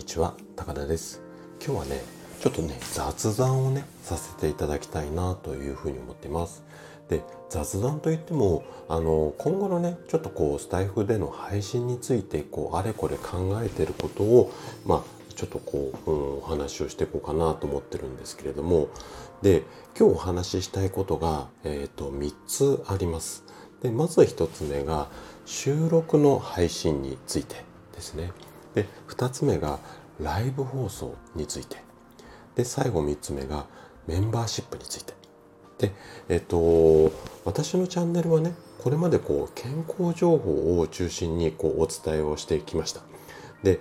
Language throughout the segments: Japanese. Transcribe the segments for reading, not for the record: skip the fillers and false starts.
ちは、高田です。今日はちょっと雑談をさせていただきたいなというふうに思っています。で、雑談といっても、今後のちょっとスタイフでの配信について、あれこれ考えていることを、ちょっとお話をしていこうかなと思ってるんですけれども、で、今日お話ししたいことが、3つあります。で、まず1つ目が、収録の配信についてですね。で、2つ目がライブ放送について。で、最後3つ目がメンバーシップについて。で、私のチャンネルはこれまで健康情報を中心にお伝えをしてきました。で、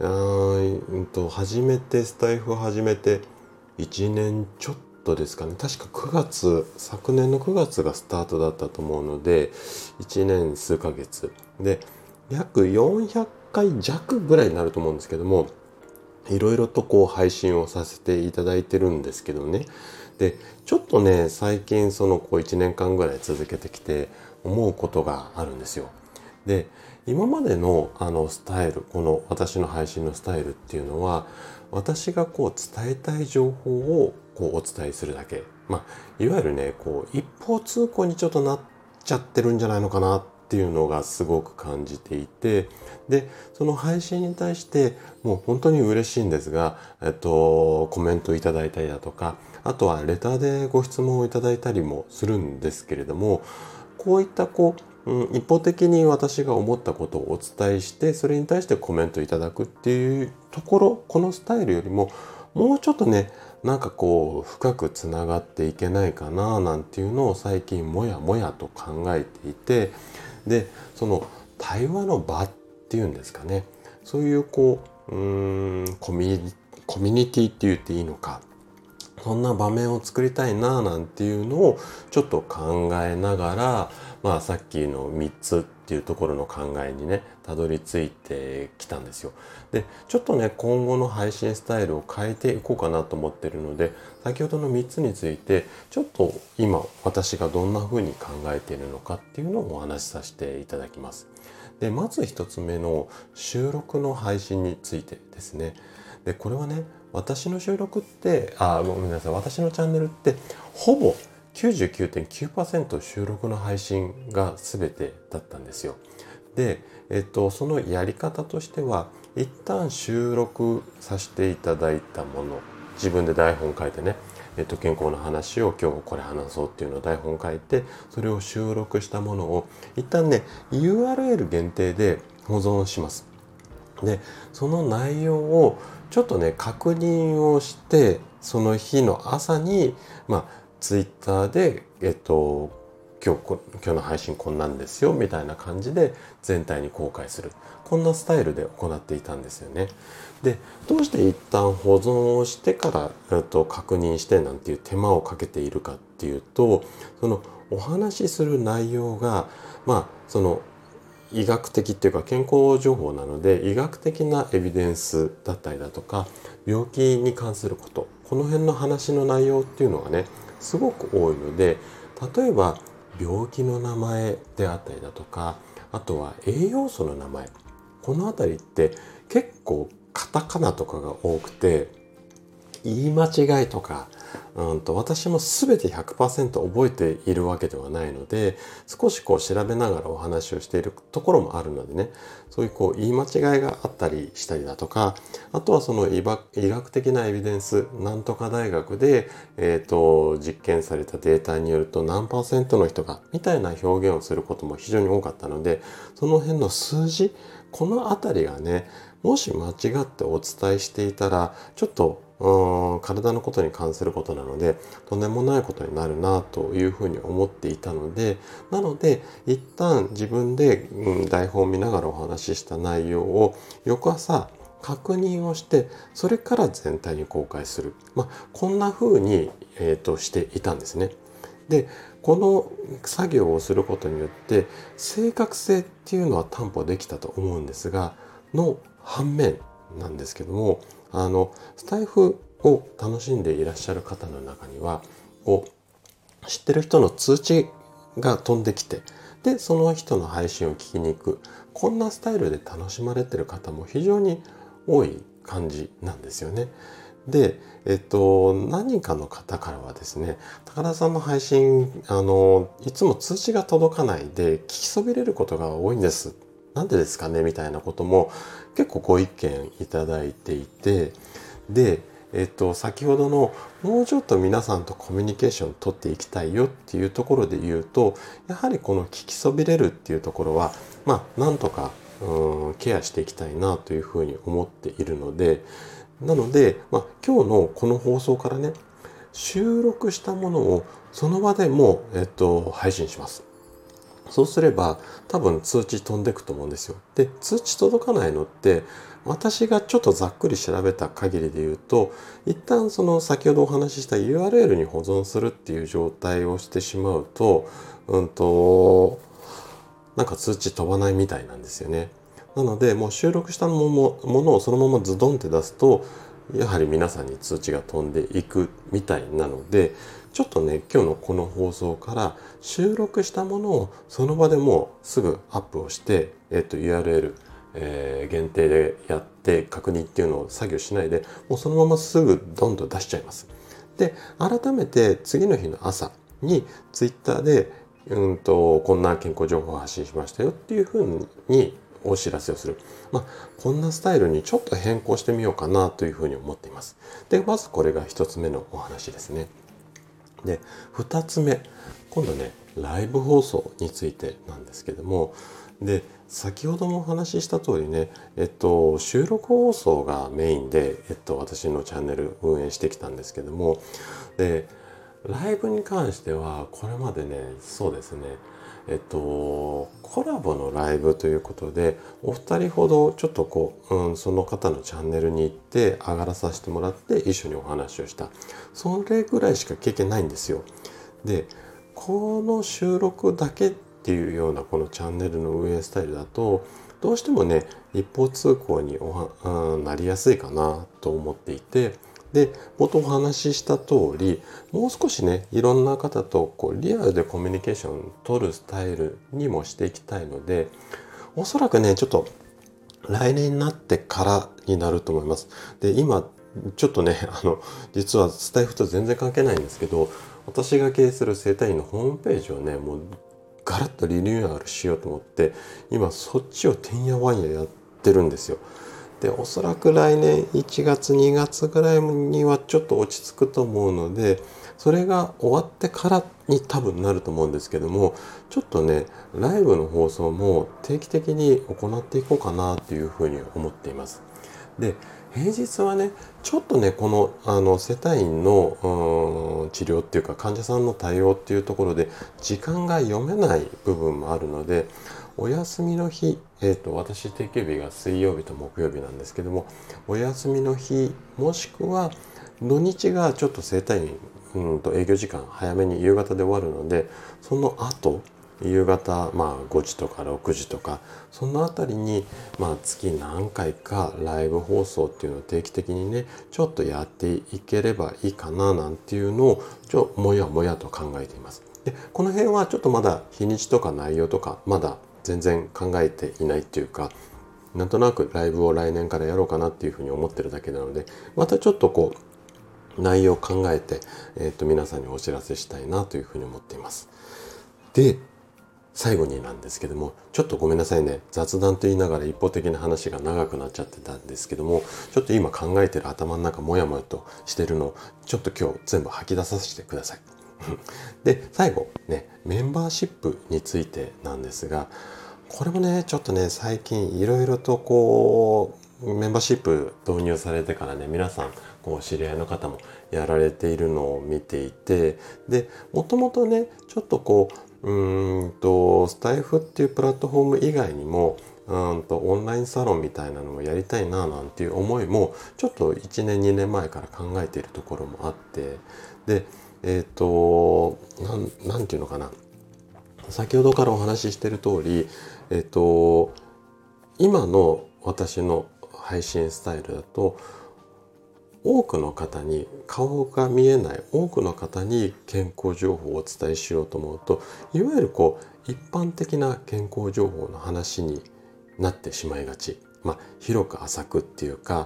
スタイフを始めて1年ちょっとですかね。確か昨年の9月がスタートだったと思うので、1年数ヶ月で約400回弱ぐらいになると思うんですけども、いろいろと配信をさせていただいてるんですけどね。で、ちょっと最近1年間ぐらい続けてきて思うことがあるんですよ。で、今までのスタイル、この私の配信のスタイルっていうのは、私が伝えたい情報をお伝えするだけ。いわゆる一方通行にちょっとなっちゃってるんじゃないのかなっていうのがすごく感じていて、で、その配信に対してもう本当に嬉しいんですが、コメントいただいたりだとか、あとはレターでご質問をいただいたりもするんですけれども、こういった一方的に私が思ったことをお伝えして、それに対してコメントいただくっていうところ、このスタイルよりももうちょっと深くつながっていけないかななんていうのを最近もやもやと考えていて、で、その対話の場っていうんですかね。そういうコミュニティって言っていいのか。そんな場面を作りたいななんていうのをちょっと考えながら、さっきの3つっていうところの考えにたどり着いてきたんですよ。で、ちょっと今後の配信スタイルを変えていこうかなと思ってるので、先ほどの3つについて、ちょっと今私がどんな風に考えているのかっていうのをお話しさせていただきます。で、まず1つ目の収録の配信についてですね。で、これは私の収録って、ごめんなさい。私のチャンネルって、ほぼ 99.9% 収録の配信が全てだったんですよ。で、そのやり方としては、一旦収録させていただいたもの、自分で台本書いて健康の話を今日これ話そうっていうのを台本書いて、それを収録したものを一旦URL 限定で保存します。で、その内容をちょっと確認をして、その日の朝に、ツイッターで、今日の配信こんなんですよ、みたいな感じで全体に公開する。こんなスタイルで行っていたんですよね。で、どうして一旦保存をしてから、確認してなんていう手間をかけているかっていうと、そのお話しする内容が、医学的っていうか健康情報なので、医学的なエビデンスだったりだとか、病気に関すること、この辺の話の内容っていうのがすごく多いので、例えば病気の名前であったりだとか、あとは栄養素の名前、このあたりって結構カタカナとかが多くて、言い間違いとか、私も全て 100% 覚えているわけではないので、少し調べながらお話をしているところもあるのでそういう言い間違いがあったりしたりだとか、あとはその医学的なエビデンス、なんとか大学で、実験されたデータによると何%の人が、みたいな表現をすることも非常に多かったので、その辺の数字、このあたりがもし間違ってお伝えしていたら、ちょっと体のことに関することなので、とんでもないことになるなというふうに思っていたので、なので、一旦自分で、台本を見ながらお話しした内容を翌朝確認をして、それから全体に公開する。こんな風に、していたんですね。で、この作業をすることによって、正確性っていうのは担保できたと思うんですが、の反面なんですけども、スタイフを楽しんでいらっしゃる方の中には、知ってる人の通知が飛んできて、で、その人の配信を聞きに行く。こんなスタイルで楽しまれてる方も非常に多い感じなんですよね。で、何人かの方からはですね、高田さんの配信、いつも通知が届かないで聞きそびれることが多いんです。なんでですかねみたいなことも結構ご意見いただいていて、で、先ほどのもうちょっと皆さんとコミュニケーション取っていきたいよっていうところで言うと、やはりこの聞きそびれるっていうところは、なんとかケアしていきたいなというふうに思っているので、なので、今日のこの放送からね、収録したものをその場でもう、配信します。そうすれば多分通知飛んでくと思うんですよ。で、通知届かないのって、私がちょっとざっくり調べた限りで言うと、一旦その先ほどお話しした URL に保存するっていう状態をしてしまうと、なんか通知飛ばないみたいなんですよね。なので、もう収録したものをそのままズドンって出すと、やはり皆さんに通知が飛んでいくみたいなので、ちょっとね、今日のこの放送から収録したものをその場でもうすぐアップをして、URL、限定でやって確認っていうのを作業しないで、もうそのまますぐどんどん出しちゃいます。で、改めて次の日の朝にツイッターで、こんな健康情報を発信しましたよっていうふうにお知らせをする。こんなスタイルにちょっと変更してみようかなというふうに思っています。で、まずこれが一つ目のお話ですね。で、二つ目、今度ね、ライブ放送についてなんですけども、で、先ほどもお話しした通りね、収録放送がメインで、私のチャンネル運営してきたんですけども、で、ライブに関しては、これまでね、そうですね、コラボのライブということで、お二人ほどちょっとその方のチャンネルに行って上がらさせてもらって一緒にお話をした。それぐらいしか経験ないんですよ。で、この収録だけっていうようなこのチャンネルの運営スタイルだと、どうしてもね、一方通行になりやすいかなと思っていて、で、冒頭お話しした通り、もう少しね、いろんな方とリアルでコミュニケーション取るスタイルにもしていきたいので、おそらくね、ちょっと来年になってからになると思います。で、今、ちょっとね、実はスタイフと全然関係ないんですけど、私が経営する整体院のホームページをね、もうガラッとリニューアルしようと思って、今そっちをてんやわんややってるんですよ。で、おそらく来年1月2月ぐらいにはちょっと落ち着くと思うので、それが終わってからに多分なると思うんですけども、ちょっとね、ライブの放送も定期的に行っていこうかなというふうに思っています。で、平日はね、ちょっとね、この、世帯院の、治療っていうか患者さんの対応っていうところで時間が読めない部分もあるので、お休みの日、私定休日が水曜日と木曜日なんですけども、お休みの日、もしくは土日がちょっと整体院、営業時間早めに夕方で終わるので、その後、夕方、5時とか6時とか、そのあたりに、月何回かライブ放送っていうのを定期的にね、ちょっとやっていければいいかななんていうのを、もやもやと考えています。で、この辺はちょっとまだ日にちとか内容とか、まだ全然考えていないっていうか、なんとなくライブを来年からやろうかなっていうふうに思ってるだけなので、またちょっと内容を考えて、皆さんにお知らせしたいなというふうに思っています。で、最後になんですけども、ちょっとごめんなさいね。雑談と言いながら一方的な話が長くなっちゃってたんですけども、ちょっと今考えてる頭の中もやもやとしてるのを、ちょっと今日全部吐き出させてください。で、最後ね、メンバーシップについてなんですが、これもね、ちょっとね、最近いろいろとメンバーシップ導入されてからね、皆さん、知り合いの方もやられているのを見ていて、で、もともとね、ちょっとスタイフっていうプラットフォーム以外にも、オンラインサロンみたいなのもやりたいななんていう思いも、ちょっと1年2年前から考えているところもあって、で、なんていうのかな。先ほどからお話ししている通り、今の私の配信スタイルだと、多くの方に顔が見えない多くの方に健康情報をお伝えしようと思うと、いわゆる一般的な健康情報の話になってしまいがち。広く浅くっていうか、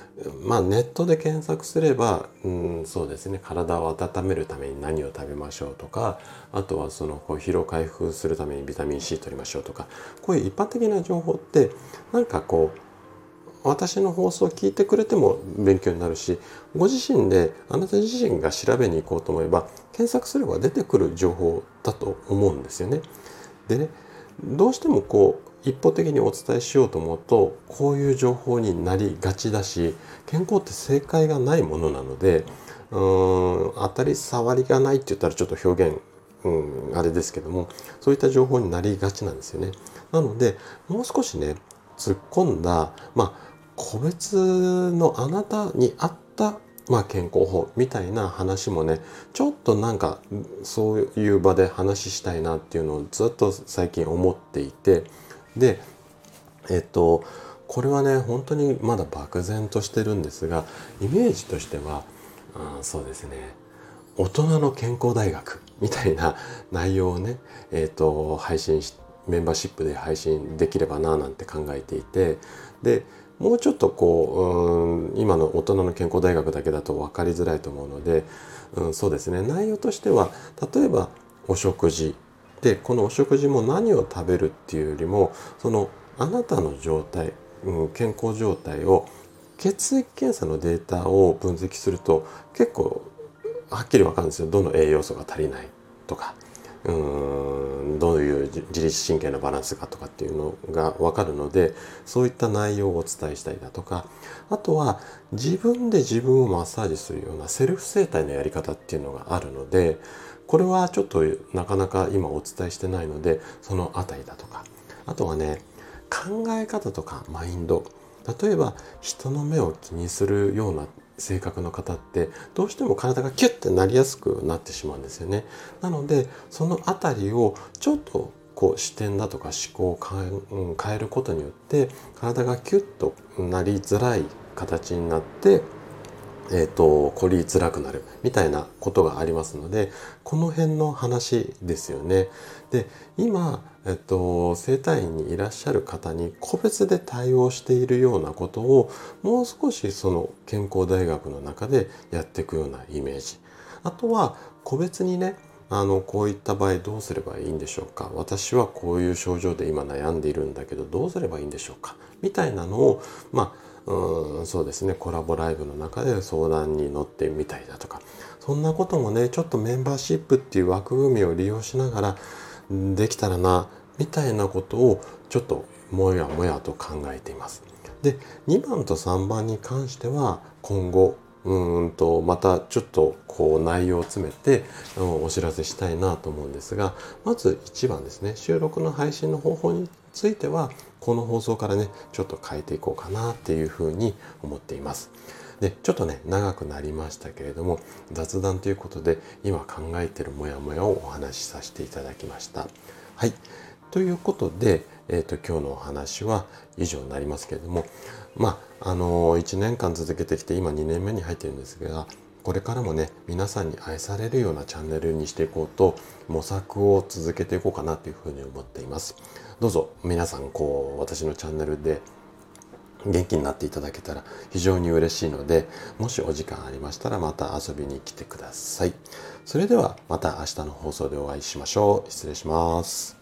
ネットで検索すれば、そうですね、体を温めるために何を食べましょうとか、あとは疲労回復するためにビタミン C 取りましょうとか、こういう一般的な情報ってなんか私の放送を聞いてくれても勉強になるし、ご自身であなた自身が調べに行こうと思えば検索すれば出てくる情報だと思うんですよね。でね、どうしても一方的にお伝えしようと思うとこういう情報になりがちだし、健康って正解がないものなので、当たり障りがないって言ったらちょっと表現、あれですけども、そういった情報になりがちなんですよね。なのでもう少しね、突っ込んだ、個別のあなたに合った、健康法みたいな話もね、ちょっとなんかそういう場で話したいなっていうのをずっと最近思っていて、でこれはね本当にまだ漠然としてるんですが、イメージとしては、そうですね、大人の健康大学みたいな内容をね、配信しメンバーシップで配信できればななんて考えていて、でもうちょっと今の大人の健康大学だけだと分かりづらいと思うので、そうですね、内容としては例えばお食事で、このお食事も何を食べるっていうよりも、あなたの状態、健康状態を血液検査のデータを分析すると結構はっきり分かるんですよ。どの栄養素が足りないとか、どういう自律神経のバランスかとかっていうのが分かるので、そういった内容をお伝えしたりだとか、あとは自分で自分をマッサージするようなセルフ整体のやり方っていうのがあるので、これはちょっとなかなか今お伝えしてないので、そのあたりだとか、あとはね、考え方とかマインド、例えば人の目を気にするような性格の方ってどうしても体がキュッてなりやすくなってしまうんですよね。なのでそのあたりをちょっと視点だとか思考を変えることによって体がキュッとなりづらい形になって凝りづらくなるみたいなことがありますので、この辺の話ですよね。で、今、整体院にいらっしゃる方に個別で対応しているようなことをもう少しその健康大学の中でやっていくようなイメージ。あとは個別にね、こういった場合どうすればいいんでしょうか。私はこういう症状で今悩んでいるんだけどどうすればいいんでしょうか。みたいなのを、そうですね、コラボライブの中で相談に乗ってみたりだとか、そんなこともね、ちょっとメンバーシップっていう枠組みを利用しながらできたらな、みたいなことをちょっともやもやと考えています。で、2番と3番に関しては今後またちょっと内容を詰めてお知らせしたいなと思うんですが、まず1番ですね、収録の配信の方法についてはこの放送からねちょっと変えていこうかなっていうふうに思っています。で、ちょっとね長くなりましたけれども、雑談ということで今考えているモヤモヤをお話しさせていただきました。はい、ということで、今日のお話は以上になりますけれども、1年間続けてきて今2年目に入っているんですが、これからもね皆さんに愛されるようなチャンネルにしていこうと模索を続けていこうかなというふうに思っています。どうぞ皆さん私のチャンネルで元気になっていただけたら非常に嬉しいので、もしお時間ありましたらまた遊びに来てください。それではまた明日の放送でお会いしましょう。失礼します。